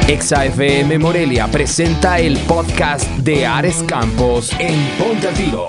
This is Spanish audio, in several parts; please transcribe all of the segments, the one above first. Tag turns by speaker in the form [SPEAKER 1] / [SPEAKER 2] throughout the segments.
[SPEAKER 1] Exa FM Morelia presenta el podcast de Ares Campos en Ponte al Tiro.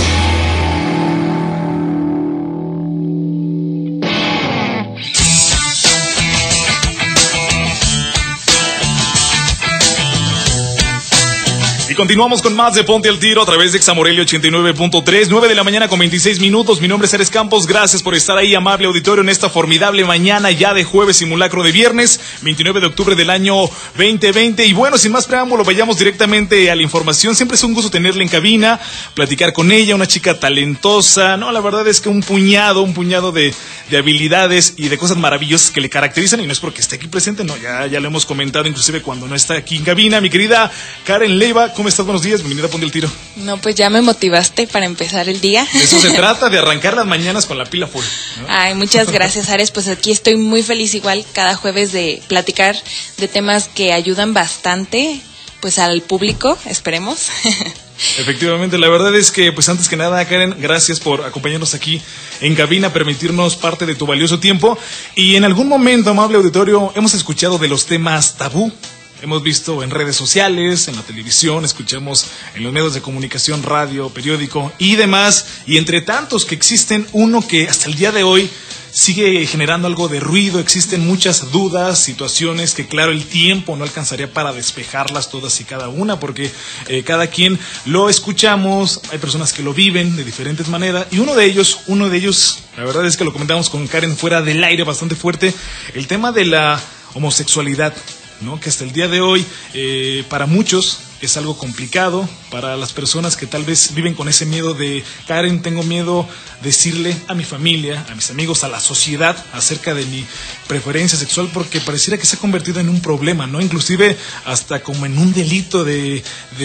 [SPEAKER 2] Y continuamos con más de Ponte al Tiro a través de Exa Morelia 89.3, 9 de la mañana con 26 minutos. Mi nombre es Ares Campos, gracias por estar ahí, amable auditorio, en esta formidable mañana ya de jueves, simulacro de viernes, 29 de octubre del año 2020. Y bueno, sin más preámbulo, vayamos directamente a la información. Siempre es un gusto tenerla en cabina, platicar con ella, una chica talentosa. No, la verdad es que un puñado de habilidades y de cosas maravillosas que le caracterizan, y no es porque esté aquí presente, no, ya lo hemos comentado inclusive cuando no está aquí en cabina. Mi querida Karen Leiva, ¿cómo estás? Buenos días, bienvenida a Ponte al Tiro.
[SPEAKER 3] No, pues ya me motivaste para empezar el día.
[SPEAKER 2] De eso se trata, de arrancar las mañanas con la pila full, ¿no?
[SPEAKER 3] Ay, muchas gracias, Ares. Pues aquí estoy muy feliz igual cada jueves de platicar de temas que ayudan bastante pues al público, esperemos.
[SPEAKER 2] Efectivamente, la verdad es que pues antes que nada, Karen, gracias por acompañarnos aquí en cabina, permitirnos parte de tu valioso tiempo. Y en algún momento, amable auditorio, hemos escuchado de los temas tabú. Hemos visto en redes sociales, en la televisión, escuchamos en los medios de comunicación, radio, periódico y demás. Y entre tantos que existen, uno que hasta el día de hoy sigue generando algo de ruido. Existen muchas dudas, situaciones que claro, el tiempo no alcanzaría para despejarlas todas y cada una, porque cada quien lo escuchamos, hay personas que lo viven de diferentes maneras, y uno de ellos, la verdad es que lo comentamos con Karen fuera del aire bastante fuerte, el tema de la homosexualidad, ¿no? Que hasta el día de hoy para muchos es algo complicado, para las personas que tal vez viven con ese miedo de, Karen, tengo miedo decirle a mi familia, a mis amigos, a la sociedad acerca de mi preferencia sexual, porque pareciera que se ha convertido en un problema, ¿no? Inclusive hasta como en un delito de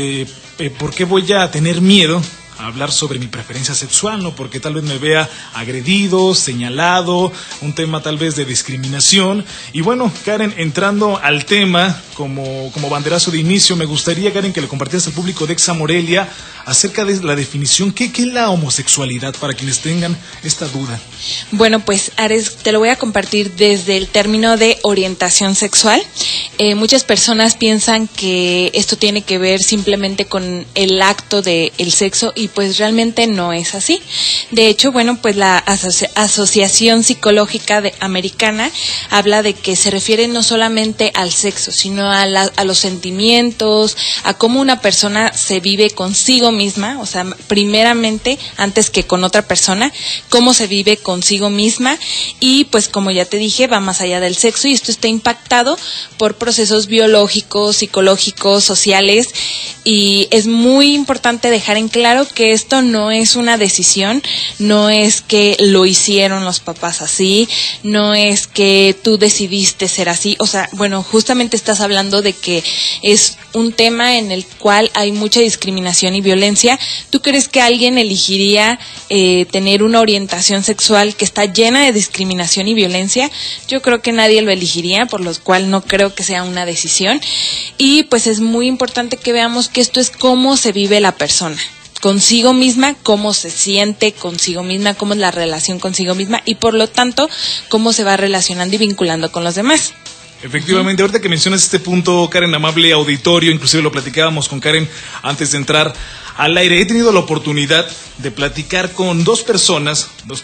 [SPEAKER 2] ¿por qué voy a tener miedo a hablar sobre mi preferencia sexual? ¿No? Porque tal vez me vea agredido, señalado, un tema tal vez de discriminación. Y bueno, Karen, entrando al tema como banderazo de inicio, me gustaría, Karen, que le compartieras al público de Exa Morelia acerca de la definición. ¿Qué es la homosexualidad para quienes tengan esta duda?
[SPEAKER 3] Bueno, pues Ares, te lo voy a compartir desde el término de orientación sexual. Muchas personas piensan que esto tiene que ver simplemente con el acto del sexo, y pues realmente no es así. De hecho, bueno, pues la Asociación Psicológica Americana habla de que se refiere no solamente al sexo, sino a los sentimientos, a cómo una persona se vive consigo misma, o sea, primeramente, antes que con otra persona, cómo se vive consigo misma, y pues como ya te dije, va más allá del sexo, y esto está impactado por procesos biológicos, psicológicos, sociales, y es muy importante dejar en claro que esto no es una decisión, no es que lo hicieron los papás así, no es que tú decidiste ser así, o sea, bueno, justamente estás hablando de que es un tema en el cual hay mucha discriminación y violencia. ¿Tú crees que alguien elegiría tener una orientación sexual que está llena de discriminación y violencia? Yo creo que nadie lo elegiría, por lo cual no creo que sea una decisión. Y pues es muy importante que veamos que esto es cómo se vive la persona consigo misma, cómo se siente consigo misma, cómo es la relación consigo misma, y por lo tanto cómo se va relacionando y vinculando con los demás.
[SPEAKER 2] Efectivamente, ahorita que mencionas este punto, Karen, amable auditorio, inclusive lo platicábamos con Karen antes de entrar al aire, he tenido la oportunidad de platicar con dos personas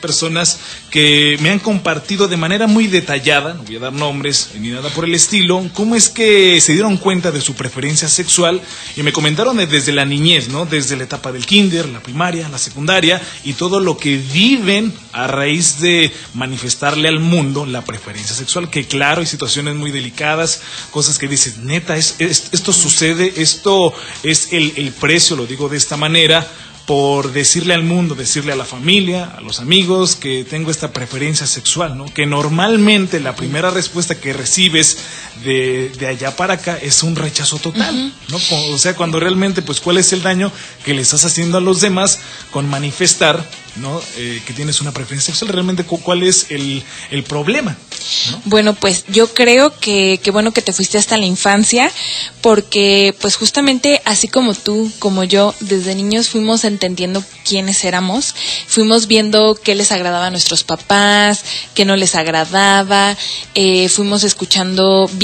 [SPEAKER 2] que me han compartido de manera muy detallada, no voy a dar nombres ni nada por el estilo, cómo es que se dieron cuenta de su preferencia sexual, y me comentaron desde la niñez, ¿no? Desde la etapa del kinder, la primaria, la secundaria, y todo lo que viven a raíz de manifestarle al mundo la preferencia sexual, que claro, hay situaciones muy delicadas, cosas que dices, neta, esto sucede, esto es el precio, lo digo de esta manera, por decirle al mundo, decirle a la familia, a los amigos que tengo esta preferencia sexual, ¿no? Que normalmente la primera respuesta que recibes de allá para acá es un rechazo total, ¿no? O sea, cuando realmente, pues, ¿cuál es el daño que le estás haciendo a los demás con manifestar, ¿no? Que tienes una preferencia sexual? Realmente, ¿cuál es el problema, ¿no?
[SPEAKER 3] Bueno, pues yo creo que bueno que te fuiste hasta la infancia, porque pues justamente así como tú, como yo, desde niños fuimos entendiendo quiénes éramos, fuimos viendo qué les agradaba a nuestros papás, qué no les agradaba, fuimos escuchando,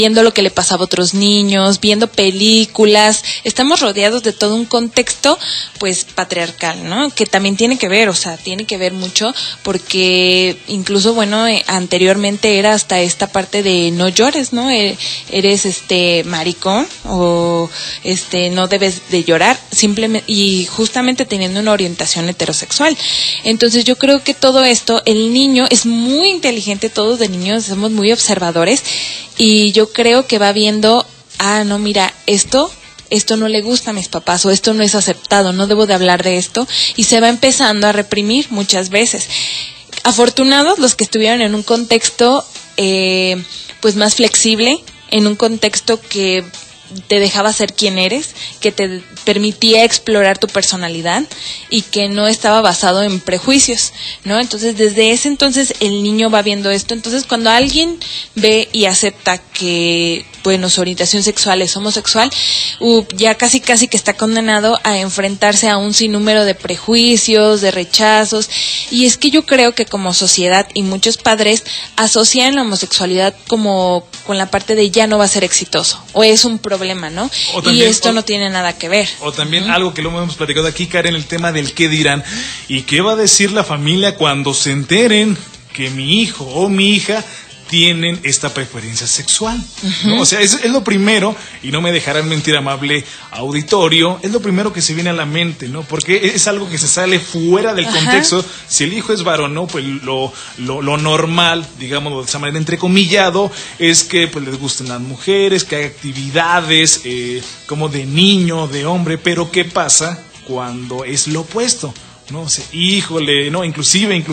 [SPEAKER 3] viendo lo que le pasaba a otros niños, viendo películas. Estamos rodeados de todo un contexto, pues, patriarcal, ¿no? Que también tiene que ver, o sea, tiene que ver mucho, porque incluso, bueno, anteriormente era hasta esta parte de no llores, ¿no? Eres maricón, o no debes de llorar, simplemente, y justamente teniendo una orientación heterosexual. Entonces yo creo que todo esto, el niño es muy inteligente, todos de niños somos muy observadores, y yo creo que va viendo, no, mira, esto no le gusta a mis papás, o esto no es aceptado, no debo de hablar de esto, y se va empezando a reprimir muchas veces. Afortunados los que estuvieron en un contexto pues más flexible, en un contexto que te dejaba ser quien eres, que te permitía explorar tu personalidad y que no estaba basado en prejuicios, ¿no? Entonces, desde ese entonces el niño va viendo esto. Entonces, cuando alguien ve y acepta que, bueno, su orientación sexual es homosexual, ya casi que está condenado a enfrentarse a un sinnúmero de prejuicios, de rechazos. Y es que yo creo que como sociedad y muchos padres asocian la homosexualidad como con la parte de ya no va a ser exitoso, o es un problema, ¿no? También, y esto no tiene nada que ver.
[SPEAKER 2] O también algo que lo hemos platicado aquí, Karen, el tema del qué dirán y qué va a decir la familia cuando se enteren que mi hijo o mi hija tienen esta preferencia sexual, ¿no? O sea, es lo primero, y no me dejarán mentir, amable auditorio, es lo primero que se viene a la mente, ¿no? Porque es algo que se sale fuera del contexto. Si el hijo es varón, ¿no? Pues lo normal, digamos de esa manera, entrecomillado, es que pues les gusten las mujeres, que hay actividades como de niño, de hombre, pero ¿qué pasa cuando es lo opuesto? ¿No? O sea, híjole, no, inclusive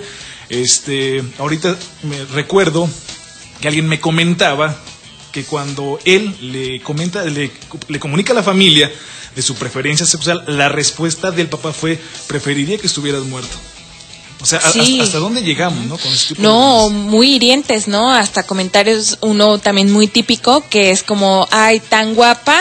[SPEAKER 2] ahorita me recuerdo que alguien me comentaba que cuando él le comunica a la familia de su preferencia sexual, la respuesta del papá fue: preferiría que estuvieras muerto. O sea, sí. ¿Hasta dónde llegamos, no? Con este tipo de
[SPEAKER 3] muy hirientes, ¿no? Hasta comentarios, uno también muy típico, que es como, ay, tan guapa,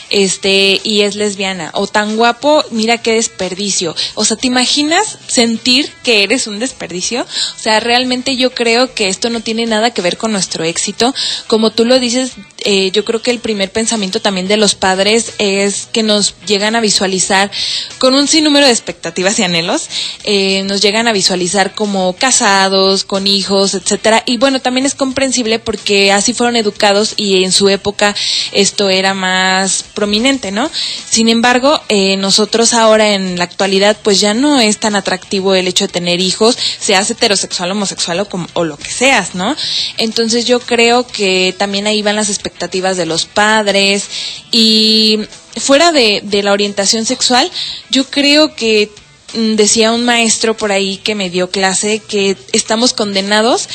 [SPEAKER 3] y es lesbiana, o tan guapo, mira qué desperdicio. O sea, ¿te imaginas sentir que eres un desperdicio? O sea, realmente yo creo que esto no tiene nada que ver con nuestro éxito. Como tú lo dices, yo creo que el primer pensamiento también de los padres es que nos llegan a visualizar con un sinnúmero de expectativas y anhelos, nos llegan a visualizar como casados, con hijos, etcétera. Y bueno, también es comprensible porque así fueron educados y en su época esto era más prominente, ¿no? Sin embargo, nosotros ahora en la actualidad pues ya no es tan atractivo el hecho de tener hijos, seas heterosexual, homosexual o lo que seas, ¿no? Entonces yo creo que también ahí van las expectativas de los padres, y fuera de la orientación sexual, yo creo que decía un maestro por ahí que me dio clase que estamos condenados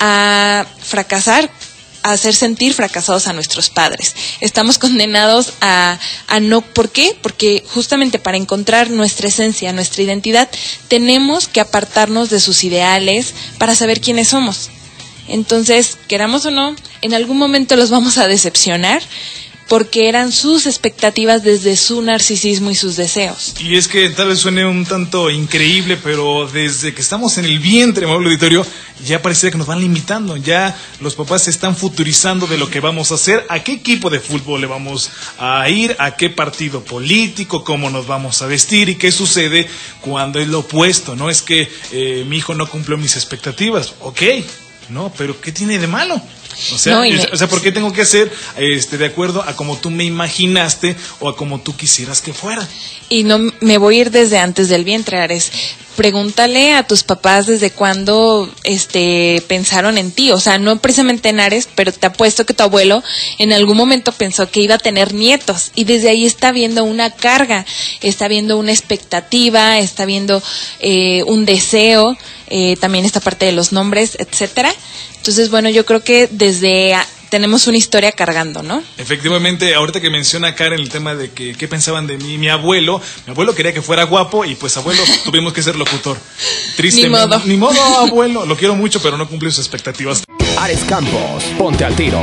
[SPEAKER 3] a fracasar, a hacer sentir fracasados a nuestros padres. Estamos condenados a no. ¿Por qué? Porque justamente para encontrar nuestra esencia, nuestra identidad, tenemos que apartarnos de sus ideales para saber quiénes somos. Entonces, queramos o no, en algún momento los vamos a decepcionar, porque eran sus expectativas desde su narcisismo y sus deseos.
[SPEAKER 2] Y es que tal vez suene un tanto increíble, pero desde que estamos en el vientre, amable auditorio, ya pareciera que nos van limitando. Ya los papás se están futurizando de lo que vamos a hacer, a qué equipo de fútbol le vamos a ir, a qué partido político, cómo nos vamos a vestir y qué sucede cuando es lo opuesto, ¿no? Es que mi hijo no cumplió mis expectativas. Ok, no, pero ¿qué tiene de malo? O sea, ¿por qué tengo que hacer de acuerdo a como tú me imaginaste o a como tú quisieras que fuera?
[SPEAKER 3] Y no me voy a ir desde antes del vientre, Ares. Pregúntale a tus papás desde cuándo pensaron en ti. O sea, no precisamente en Ares, pero te apuesto que tu abuelo en algún momento pensó que iba a tener nietos, y desde ahí está viendo una carga, está viendo una expectativa, está viendo un deseo, también esta parte de los nombres, etcétera. Entonces, bueno, yo creo que tenemos una historia cargando, ¿no?
[SPEAKER 2] Efectivamente, ahorita que menciona Karen el tema de que qué pensaban de mí, mi abuelo quería que fuera guapo, y pues abuelo tuvimos que ser locutor. Tristemente. Ni modo, abuelo, lo quiero mucho, pero no cumplió sus expectativas.
[SPEAKER 1] Ares Campos, ponte al tiro.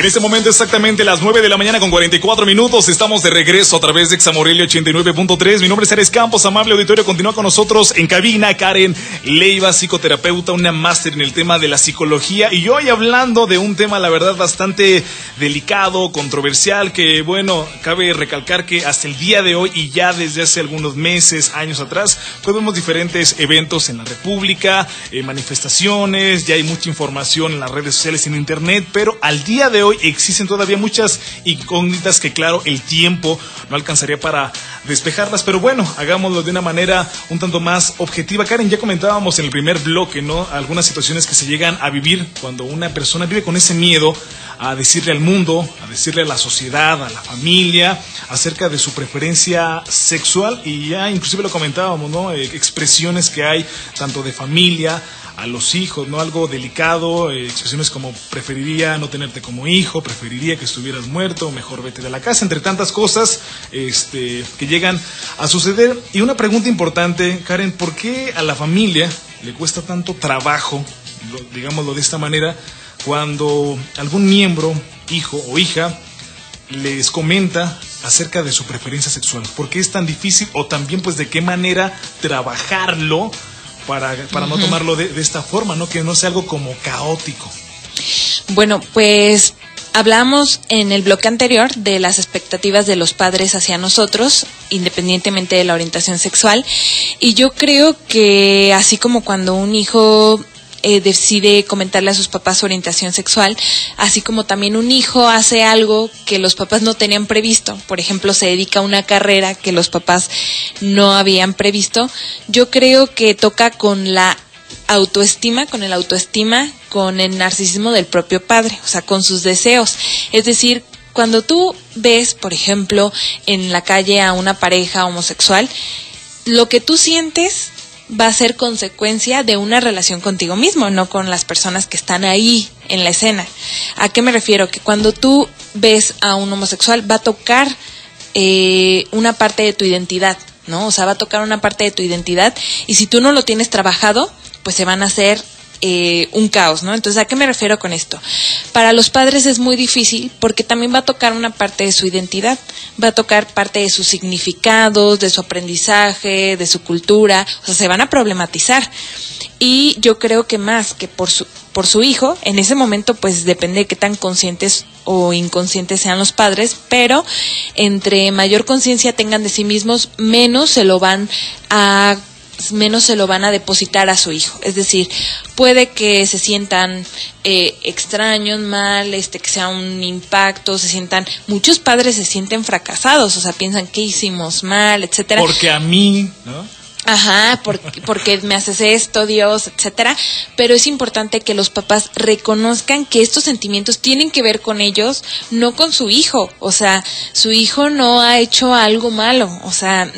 [SPEAKER 2] En este momento exactamente las 9 de la mañana con 44 minutos. Estamos de regreso a través de Examorelia 89.3. Mi nombre es Ares Campos, amable auditorio. Continúa con nosotros en cabina Karen Leiva, psicoterapeuta, una máster en el tema de la psicología. Y hoy hablando de un tema, la verdad, bastante delicado, controversial, que bueno, cabe recalcar que hasta el día de hoy y ya desde hace algunos meses, años atrás, pues vemos diferentes eventos en la República, manifestaciones, ya hay mucha información en las redes sociales, en internet, pero al día de hoy existen todavía muchas incógnitas que claro, el tiempo no alcanzaría para despejarlas, pero bueno, hagámoslo de una manera un tanto más objetiva. Karen, ya comentábamos en el primer bloque, ¿no? Algunas situaciones que se llegan a vivir cuando una persona vive con ese miedo a decirle al mundo, a decirle a la sociedad, a la familia, acerca de su preferencia sexual, y ya inclusive lo comentábamos, ¿no? Expresiones que hay tanto de familia a los hijos, ¿no? Algo delicado, expresiones como preferiría no tenerte como hijo, preferiría que estuvieras muerto, mejor vete de la casa, entre tantas cosas que llegan a suceder. Y una pregunta importante, Karen, ¿por qué a la familia le cuesta tanto trabajo, digámoslo de esta manera, cuando algún miembro, hijo o hija, les comenta acerca de su preferencia sexual? ¿Por qué es tan difícil? O también, pues, ¿de qué manera trabajarlo para no tomarlo de esta forma, ¿no? Que no sea algo como caótico.
[SPEAKER 3] Bueno, pues hablamos en el bloque anterior de las expectativas de los padres hacia nosotros, independientemente de la orientación sexual, y yo creo que así como cuando un hijo decide comentarle a sus papás su orientación sexual, así como también un hijo hace algo que los papás no tenían previsto, por ejemplo, se dedica a una carrera que los papás no habían previsto, yo creo que toca con la autoestima, con el narcisismo del propio padre, o sea, con sus deseos, es decir, cuando tú ves, por ejemplo, en la calle a una pareja homosexual, lo que tú sientes va a ser consecuencia de una relación contigo mismo, no con las personas que están ahí en la escena. ¿A qué me refiero? Que cuando tú ves a un homosexual va a tocar una parte de tu identidad, ¿no? O sea, va a tocar una parte de tu identidad y si tú no lo tienes trabajado, pues se van a hacer un caos, ¿no? Entonces, ¿a qué me refiero con esto? Para los padres es muy difícil porque también va a tocar una parte de su identidad, va a tocar parte de sus significados, de su aprendizaje, de su cultura, o sea, se van a problematizar. Y yo creo que más que por su hijo, en ese momento pues depende de qué tan conscientes o inconscientes sean los padres, pero entre mayor conciencia tengan de sí mismos, menos se lo van a depositar a su hijo. Es decir, puede que se sientan extraños, mal, que sea un impacto, muchos padres se sienten fracasados, o sea, piensan que hicimos mal, etcétera.
[SPEAKER 2] Porque a mí, ¿no?
[SPEAKER 3] Ajá, porque me haces esto, Dios, etcétera. Pero es importante que los papás reconozcan que estos sentimientos tienen que ver con ellos, no con su hijo. O sea, su hijo no ha hecho algo malo, o sea,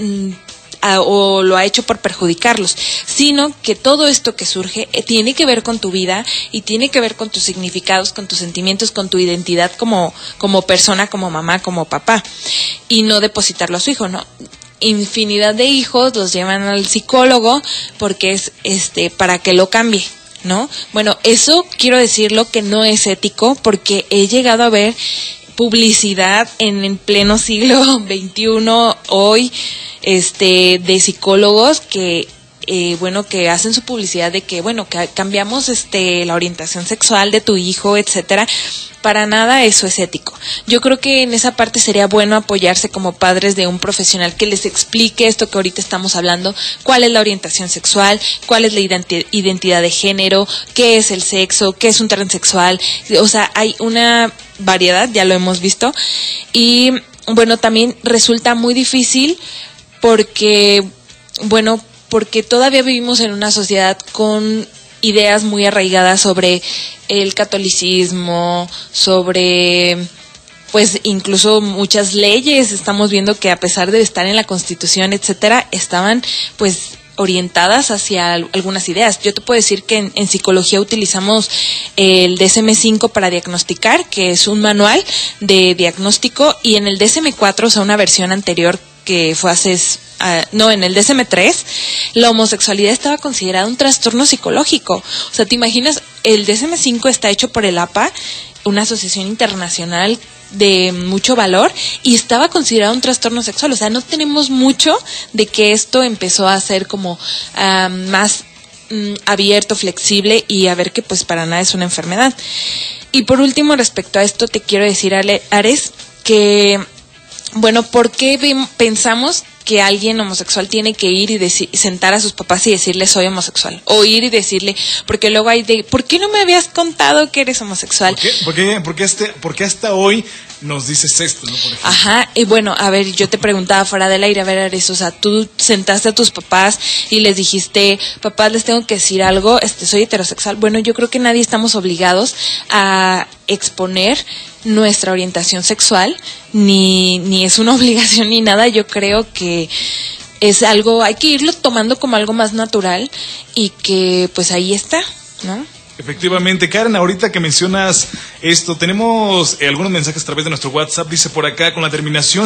[SPEAKER 3] o lo ha hecho por perjudicarlos, sino que todo esto que surge tiene que ver con tu vida y tiene que ver con tus significados, con tus sentimientos, con tu identidad como persona, como mamá, como papá, y no depositarlo a su hijo, ¿no? Infinidad de hijos los llevan al psicólogo porque es para que lo cambie, ¿no? Bueno, eso quiero decirlo que no es ético porque he llegado a ver publicidad en pleno siglo XXI hoy de psicólogos que que hacen su publicidad de que que cambiamos la orientación sexual de tu hijo, etcétera. Para nada eso es ético. Yo creo que en esa parte sería bueno apoyarse como padres de un profesional que les explique esto que ahorita estamos hablando, cuál es la orientación sexual, cuál es la identidad de género, qué es el sexo, qué es un transexual. O sea, hay una variedad, ya lo hemos visto. Y también resulta muy difícil porque todavía vivimos en una sociedad con ideas muy arraigadas sobre el catolicismo, sobre incluso muchas leyes. Estamos viendo que a pesar de estar en la Constitución, etcétera, estaban orientadas hacia algunas ideas. Yo te puedo decir que en psicología utilizamos el DSM-5 para diagnosticar, que es un manual de diagnóstico, y en el DSM-4, o sea, una versión anterior que fue en el DSM-3, la homosexualidad estaba considerada un trastorno psicológico. O sea, ¿te imaginas? El DSM-5 está hecho por el APA una asociación internacional de mucho valor y estaba considerado un trastorno sexual. O sea, no tenemos mucho de que esto empezó a ser como más abierto, flexible, y a ver que pues para nada es una enfermedad. Y por último, respecto a esto, te quiero decir, Ares, que bueno, ¿por qué pensamos que alguien homosexual tiene que ir y sentar a sus papás y decirle soy homosexual? O ir y decirle, porque luego hay de, ¿por qué no me habías contado que eres homosexual?
[SPEAKER 2] ¿Por qué hasta hoy nos dices esto, ¿no? Por ejemplo.
[SPEAKER 3] Ajá, y bueno, a ver, yo te preguntaba fuera del aire, a ver, Ares, o sea, tú sentaste a tus papás y les dijiste, papás, les tengo que decir algo, soy heterosexual. Bueno, yo creo que nadie estamos obligados a exponer nuestra orientación sexual, ni es una obligación ni nada. Yo creo que es algo, hay que irlo tomando como algo más natural y que pues ahí está, ¿no?
[SPEAKER 2] Efectivamente, Karen, ahorita que mencionas esto, tenemos algunos mensajes a través de nuestro WhatsApp. Dice por acá, con la terminación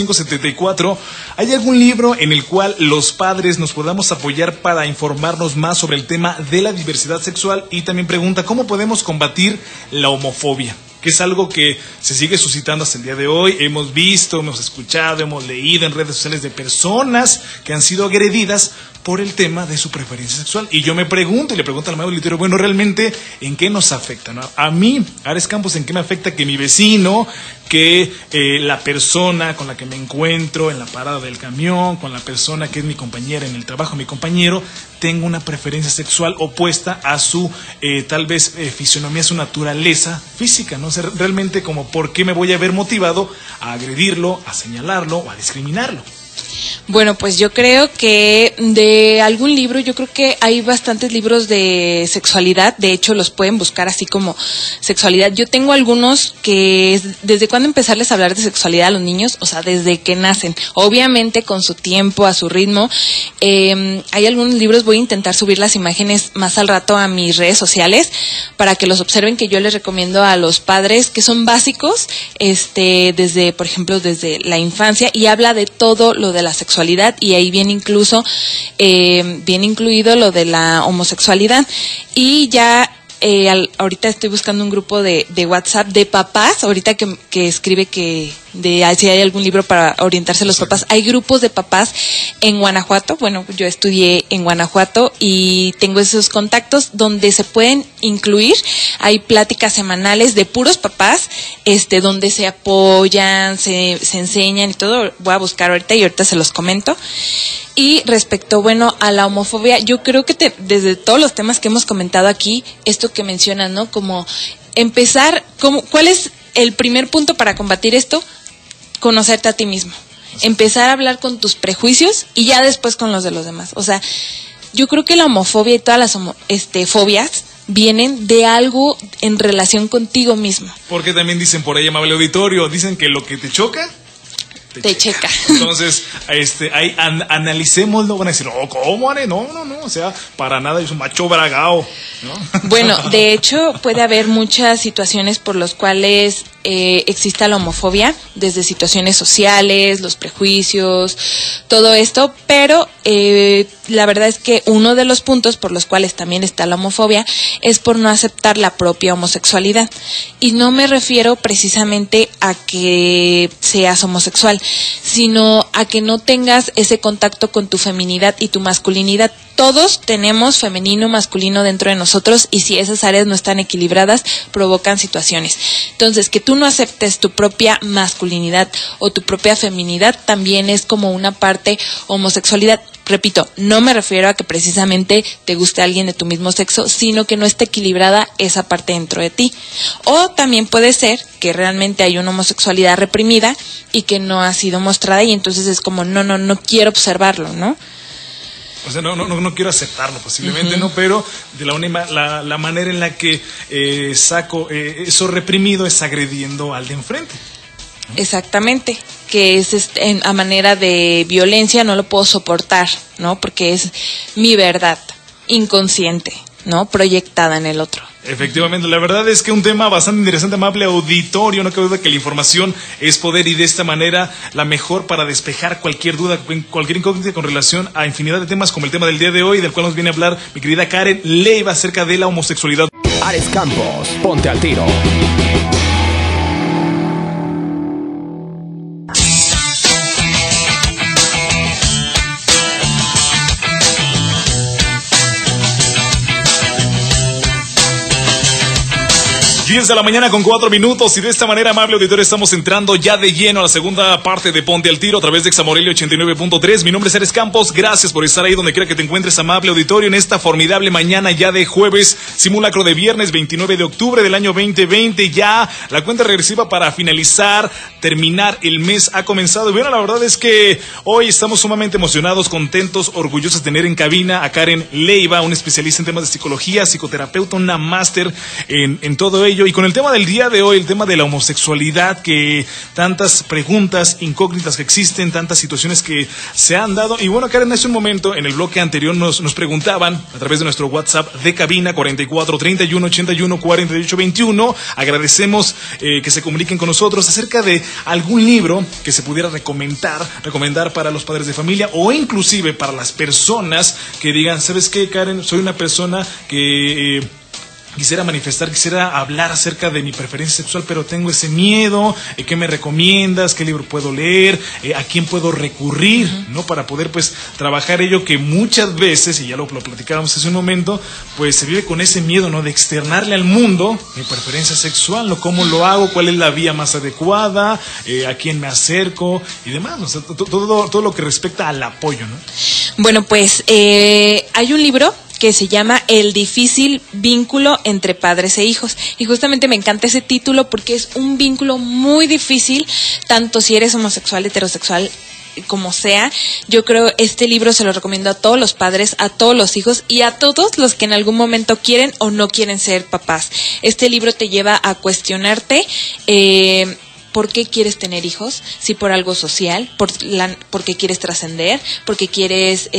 [SPEAKER 2] 5574, ¿hay algún libro en el cual los padres nos podamos apoyar para informarnos más sobre el tema de la diversidad sexual? Y también pregunta, ¿cómo podemos combatir la homofobia? Que es algo que se sigue suscitando hasta el día de hoy. Hemos visto, hemos escuchado, hemos leído en redes sociales de personas que han sido agredidas por el tema de su preferencia sexual. Y yo me pregunto, y le pregunto al maestro literario, bueno, realmente, ¿en qué nos afecta, no? A mí, Ares Campos, ¿en qué me afecta que mi vecino, que la persona con la que me encuentro en la parada del camión, con la persona que es mi compañera en el trabajo, mi compañero, tenga una preferencia sexual opuesta a su, tal vez, fisionomía, su naturaleza física, ¿no? O sea, realmente, como, ¿por qué me voy a ver motivado a agredirlo, a señalarlo o a discriminarlo?
[SPEAKER 3] Bueno, pues yo creo que de algún libro, yo creo que hay bastantes libros de sexualidad, de hecho los pueden buscar así como sexualidad. Yo tengo algunos que desde cuándo empezarles a hablar de sexualidad a los niños, o sea, desde que nacen, obviamente con su tiempo, a su ritmo. Hay algunos libros, voy a intentar subir las imágenes más al rato a mis redes sociales para que los observen, que yo les recomiendo a los padres, que son básicos, desde, por ejemplo, desde la infancia, y habla de todo lo de la sexualidad, y ahí viene incluso bien incluido lo de la homosexualidad. Y ya ahorita estoy buscando un grupo de WhatsApp de papás, ahorita que escribe que si hay algún libro para orientarse a los papás. Hay grupos de papás en Guanajuato. Bueno, yo estudié en Guanajuato y tengo esos contactos donde se pueden incluir. Hay pláticas semanales de puros papás, donde se apoyan, se enseñan y todo. Voy a buscar ahorita y ahorita se los comento. Y respecto, bueno, a la homofobia, yo creo que desde todos los temas que hemos comentado aquí, esto que mencionas, ¿no? Como empezar, ¿cuál es el primer punto para combatir esto? Conocerte a ti mismo. Empezar a hablar con tus prejuicios y ya después con los de los demás. O sea, yo creo que la homofobia y todas las fobias vienen de algo en relación contigo mismo.
[SPEAKER 2] Porque también dicen por ahí, amable auditorio, dicen que lo que te choca
[SPEAKER 3] te checa.
[SPEAKER 2] Entonces, ahí analicémoslo. Van a decir, oh, ¿cómo, Are? No, o sea, para nada, es un macho bragao, ¿no?
[SPEAKER 3] Bueno, de hecho, puede haber muchas situaciones por las cuales exista la homofobia, desde situaciones sociales, los prejuicios, todo esto, pero la verdad es que uno de los puntos por los cuales también está la homofobia es por no aceptar la propia homosexualidad. Y no me refiero precisamente a que seas homosexual, sino a que no tengas ese contacto con tu feminidad y tu masculinidad. Todos tenemos femenino, masculino dentro de nosotros, y si esas áreas no están equilibradas, provocan situaciones. Entonces, que tú no aceptes tu propia masculinidad o tu propia feminidad también es como una parte homosexualidad. Repito, no me refiero a que precisamente te guste alguien de tu mismo sexo, sino que no esté equilibrada esa parte dentro de ti. O también puede ser que realmente hay una homosexualidad reprimida y que no ha sido mostrada, y entonces es como, no quiero observarlo, ¿no?
[SPEAKER 2] O sea, no quiero aceptarlo posiblemente, ¿no? Pero de la manera en la que saco eso reprimido es agrediendo al de enfrente, ¿no?
[SPEAKER 3] Exactamente, que es a manera de violencia, no lo puedo soportar, ¿no? Porque es mi verdad inconsciente, ¿no? Proyectada en el otro.
[SPEAKER 2] Efectivamente, la verdad es que un tema bastante interesante, amable auditorio. No cabe duda que la información es poder, y de esta manera la mejor para despejar cualquier duda, cualquier incógnita con relación a infinidad de temas, como el tema del día de hoy, del cual nos viene a hablar mi querida Karen Leiva acerca de la homosexualidad.
[SPEAKER 1] Ares Campos, ponte al tiro.
[SPEAKER 2] De la mañana con 4 minutos y de esta manera, amable auditorio, estamos entrando ya de lleno a la segunda parte de Ponte al Tiro a través de Examorelia 89.3. Mi nombre es Ares Campos, gracias por estar ahí donde quiera que te encuentres, amable auditorio, en esta formidable mañana ya de jueves, simulacro de viernes 29 de octubre del año 2020. Ya la cuenta regresiva para finalizar, terminar el mes ha comenzado. Y bueno, la verdad es que hoy estamos sumamente emocionados, contentos, orgullosos de tener en cabina a Karen Leiva, una especialista en temas de psicología, psicoterapeuta, una máster en todo ello. Y con el tema del día de hoy, el tema de la homosexualidad, que tantas preguntas incógnitas que existen, tantas situaciones que se han dado. Y bueno, Karen, hace un momento, en el bloque anterior, nos preguntaban a través de nuestro WhatsApp de cabina 44 31 81 48 21. Agradecemos que se comuniquen con nosotros acerca de algún libro que se pudiera recomendar para los padres de familia, o inclusive para las personas que digan, ¿sabes qué, Karen? Soy una persona que quisiera hablar acerca de mi preferencia sexual, pero tengo ese miedo. ¿Qué me recomiendas? ¿Qué libro puedo leer? ¿A quién puedo recurrir? ¿No? Para poder, pues, trabajar ello que muchas veces, y ya lo platicábamos hace un momento, pues se vive con ese miedo, ¿no? De externarle al mundo mi preferencia sexual, ¿no? ¿Cómo lo hago? ¿Cuál es la vía más adecuada? ¿A quién me acerco? Y demás, ¿no? O sea, todo lo que respecta al apoyo, ¿no?
[SPEAKER 3] Bueno, pues, hay un libro que se llama El difícil vínculo entre padres e hijos. Y justamente me encanta ese título porque es un vínculo muy difícil, tanto si eres homosexual, heterosexual, como sea. Yo creo este libro se lo recomiendo a todos los padres, a todos los hijos y a todos los que en algún momento quieren o no quieren ser papás. Este libro te lleva a cuestionarte ¿por qué quieres tener hijos? Si por algo social, porque quieres trascender, porque quieres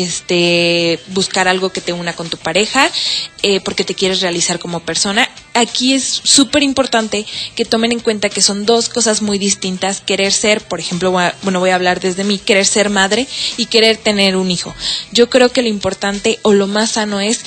[SPEAKER 3] buscar algo que te una con tu pareja, porque te quieres realizar como persona. Aquí es súper importante que tomen en cuenta que son dos cosas muy distintas. Querer ser, por ejemplo, voy a hablar desde mí, querer ser madre y querer tener un hijo. Yo creo que lo importante o lo más sano es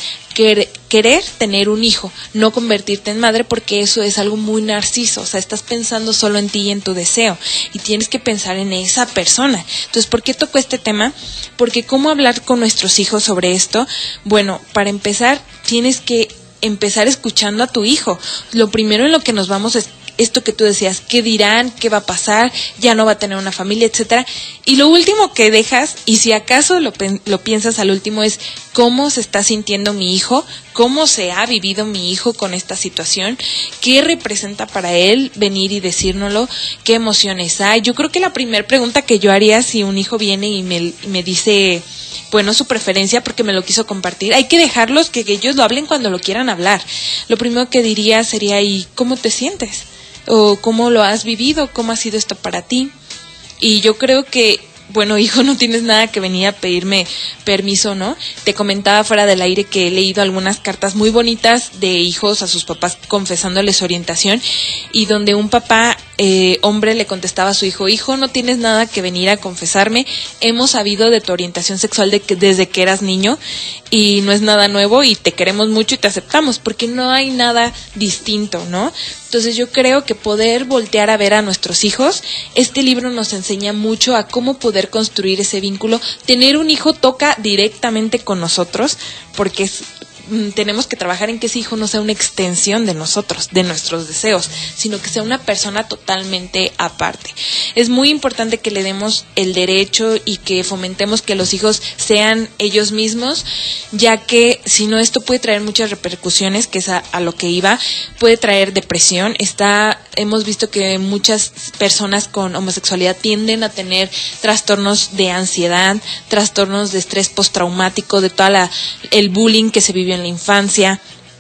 [SPEAKER 3] querer tener un hijo, no convertirte en madre, porque eso es algo muy narciso. O sea, estás pensando solo en ti y en tu deseo y tienes que pensar en esa persona. Entonces, ¿por qué tocó este tema? Porque ¿cómo hablar con nuestros hijos sobre esto? Bueno, para empezar, tienes que empezar escuchando a tu hijo. Lo primero en lo que nos vamos es esto que tú decías, ¿qué dirán? ¿Qué va a pasar? Ya no va a tener una familia, etcétera. Y lo último que dejas, y si acaso lo piensas al último, es cómo se está sintiendo mi hijo, cómo se ha vivido mi hijo con esta situación, qué representa para él venir y decírnoslo, qué emociones hay. Yo creo que la primera pregunta que yo haría si un hijo viene y me dice, bueno, su preferencia porque me lo quiso compartir, hay que dejarlos que ellos lo hablen cuando lo quieran hablar. Lo primero que diría sería, ¿y cómo te sientes? O cómo lo has vivido, cómo ha sido esto para ti. Y yo creo que, bueno, hijo, no tienes nada que venir a pedirme permiso, ¿no? Te comentaba fuera del aire que he leído algunas cartas muy bonitas de hijos a sus papás confesándoles su orientación, y donde un papá hombre le contestaba a su hijo, hijo, no tienes nada que venir a confesarme, hemos sabido de tu orientación sexual desde que eras niño y no es nada nuevo y te queremos mucho y te aceptamos, porque no hay nada distinto, ¿no? Entonces yo creo que poder voltear a ver a nuestros hijos, este libro nos enseña mucho a cómo poder construir ese vínculo. Tener un hijo toca directamente con nosotros, porque tenemos que trabajar en que ese hijo no sea una extensión de nosotros, de nuestros deseos, sino que sea una persona totalmente aparte. Es muy importante que le demos el derecho y que fomentemos que los hijos sean ellos mismos, ya que si no, esto puede traer muchas repercusiones, que es a lo que iba. Puede traer depresión. Hemos visto que muchas personas con homosexualidad tienden a tener trastornos de ansiedad, trastornos de estrés postraumático, de toda el bullying que se vivió en la infancia.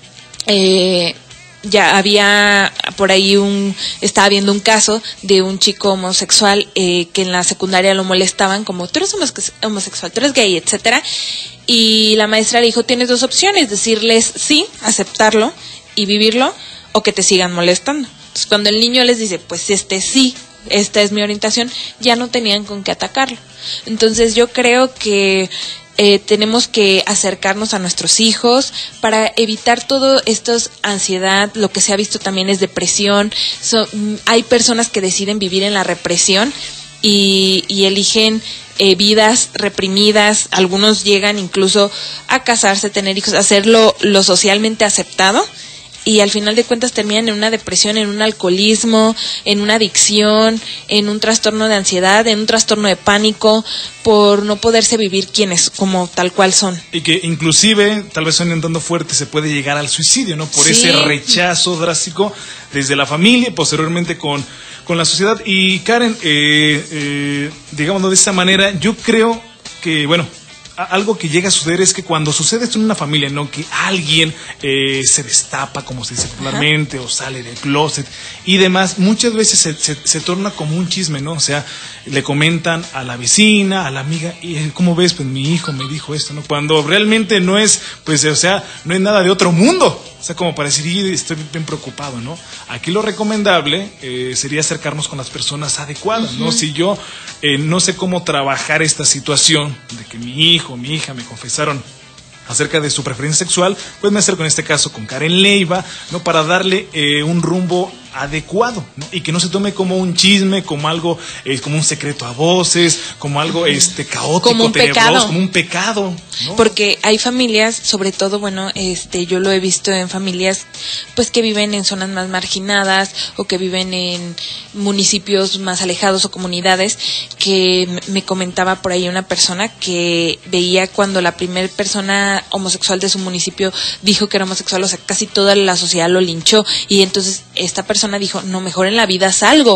[SPEAKER 3] Ya había por ahí estaba viendo un caso de un chico homosexual que en la secundaria lo molestaban como, tú eres homosexual, tú eres gay, etcétera, y la maestra le dijo, tienes dos opciones, decirles sí, aceptarlo y vivirlo, o que te sigan molestando. Entonces cuando el niño les dice, pues sí, esta es mi orientación, ya no tenían con qué atacarlo. Entonces yo creo que tenemos que acercarnos a nuestros hijos para evitar todo esto, ansiedad. Lo que se ha visto también es depresión. Hay personas que deciden vivir en la represión y eligen vidas reprimidas. Algunos llegan incluso a casarse, tener hijos, hacerlo lo socialmente aceptado, y al final de cuentas terminan en una depresión, en un alcoholismo, en una adicción, en un trastorno de ansiedad, en un trastorno de pánico, por no poderse vivir quienes como tal cual son.
[SPEAKER 2] Y que inclusive, tal vez sonando fuerte, se puede llegar al suicidio, ¿no? Por ese rechazo drástico desde la familia y posteriormente con la sociedad. Y Karen, digámoslo de esta manera, yo creo que, bueno, algo que llega a suceder es que cuando sucede esto en una familia, ¿no? Que alguien se destapa, como se dice popularmente, o sale del closet y demás, muchas veces se torna como un chisme, ¿no? O sea, le comentan a la vecina, a la amiga, y ¿cómo ves? Pues mi hijo me dijo esto, ¿no? Cuando realmente no es, pues, o sea, no es nada de otro mundo. O sea, como para decir, estoy bien preocupado, ¿no? Aquí lo recomendable sería acercarnos con las personas adecuadas, ¿no? Si yo no sé cómo trabajar esta situación de que mi hijo, mi hija me confesaron acerca de su preferencia sexual, pues me acerco en este caso con Karen Leiva, ¿no? Para darle un rumbo adecuado, ¿no? Y que no se tome como un chisme, como algo, como un secreto a voces, como algo caótico,
[SPEAKER 3] como un pecado,
[SPEAKER 2] como un pecado, ¿no?
[SPEAKER 3] Porque hay familias, sobre todo, bueno, yo lo he visto en familias pues que viven en zonas más marginadas o que viven en municipios más alejados o comunidades, que me comentaba por ahí una persona que veía cuando la primer persona homosexual de su municipio dijo que era homosexual, o sea, casi toda la sociedad lo linchó, y entonces esta persona dijo, no, mejor en la vida salgo.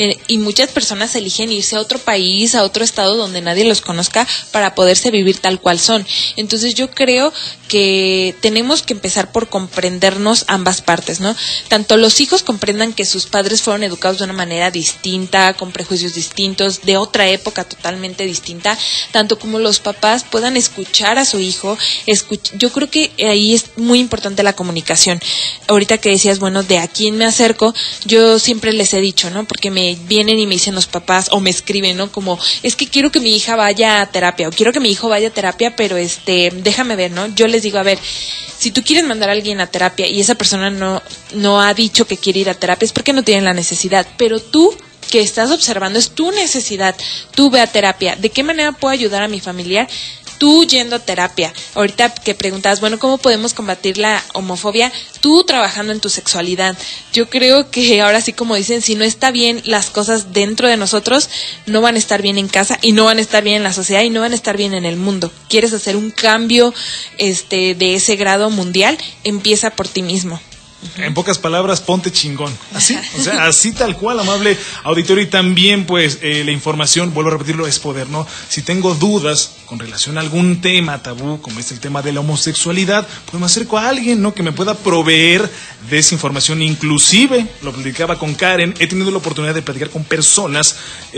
[SPEAKER 3] Y muchas personas eligen irse a otro país, a otro estado donde nadie los conozca para poderse vivir tal cual son. Entonces yo creo que tenemos que empezar por comprendernos ambas partes, ¿no? Tanto los hijos comprendan que sus padres fueron educados de una manera distinta, con prejuicios distintos, de otra época totalmente distinta, tanto como los papás puedan escuchar a su hijo. Yo creo que ahí es muy importante la comunicación. Ahorita que decías, bueno, de a quién me acerco, yo siempre les he dicho, ¿no? Porque me vienen y me dicen los papás, o me escriben, ¿no? Como, es que quiero que mi hija vaya a terapia, o quiero que mi hijo vaya a terapia, pero déjame ver, ¿no? Yo les digo, a ver, si tú quieres mandar a alguien a terapia y esa persona no ha dicho que quiere ir a terapia, es porque no tienen la necesidad, pero tú que estás observando, es tu necesidad, tú ve a terapia. ¿De qué manera puedo ayudar a mi familiar? Tú yendo a terapia. Ahorita que preguntabas, bueno, ¿cómo podemos combatir la homofobia? Tú trabajando en tu sexualidad. Yo creo que ahora sí, como dicen, si no está bien las cosas dentro de nosotros, no van a estar bien en casa, y no van a estar bien en la sociedad, y no van a estar bien en el mundo. ¿Quieres hacer un cambio de ese grado mundial? Empieza por ti mismo.
[SPEAKER 2] En pocas palabras, ponte chingón. Así, o sea, así tal cual, amable auditorio. Y también, pues, la información, vuelvo a repetirlo, es poder, ¿no? Si tengo dudas con relación a algún tema tabú, como es el tema de la homosexualidad, pues me acerco a alguien, ¿no? Que me pueda proveer de esa información. Inclusive, lo platicaba con Karen, he tenido la oportunidad de platicar con personas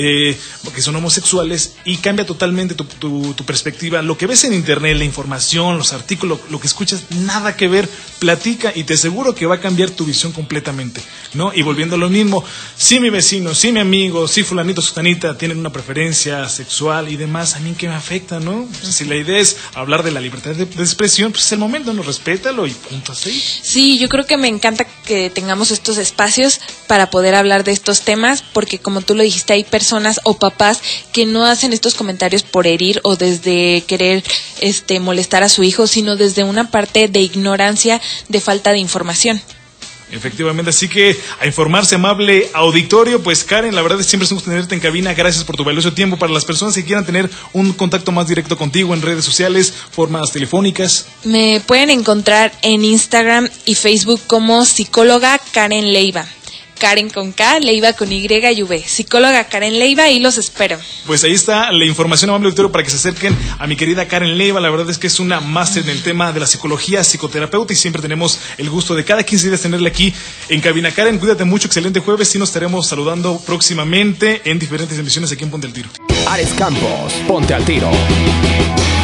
[SPEAKER 2] que son homosexuales, y cambia totalmente tu perspectiva. Lo que ves en internet, la información, los artículos, lo que escuchas, nada que ver. Platica y te aseguro que va a cambiar tu visión completamente, ¿no? Y volviendo a lo mismo, si mi vecino, si mi amigo, si fulanito, sutanita tienen una preferencia sexual y demás, a mí que me afecta, ¿no? Pues si la idea es hablar de la libertad de expresión, pues es el momento, ¿no? Respétalo y punto, así.
[SPEAKER 3] Sí, yo creo que me encanta que tengamos estos espacios para poder hablar de estos temas, porque como tú lo dijiste, hay personas o papás que no hacen estos comentarios por herir o desde querer molestar a su hijo, sino desde una parte de ignorancia, de falta de información.
[SPEAKER 2] Efectivamente, así que a informarse, amable auditorio. Pues Karen, la verdad es siempre es un gusto tenerte en cabina. Gracias por tu valioso tiempo. Para las personas que quieran tener un contacto más directo contigo en redes sociales, formas telefónicas,
[SPEAKER 3] me pueden encontrar en Instagram y Facebook como psicóloga Karen Leiva. Karen con K, Leiva con Y y V. Psicóloga Karen Leiva, y los espero.
[SPEAKER 2] Pues ahí está la información, amable auditorio, para que se acerquen a mi querida Karen Leiva. La verdad es que es una máster en el tema de la psicología, psicoterapeuta, y siempre tenemos el gusto de cada 15 días tenerla aquí en cabina. Karen, cuídate mucho, excelente jueves, y nos estaremos saludando próximamente en diferentes emisiones aquí en Ponte al Tiro.
[SPEAKER 1] Ares Campos, Ponte al Tiro.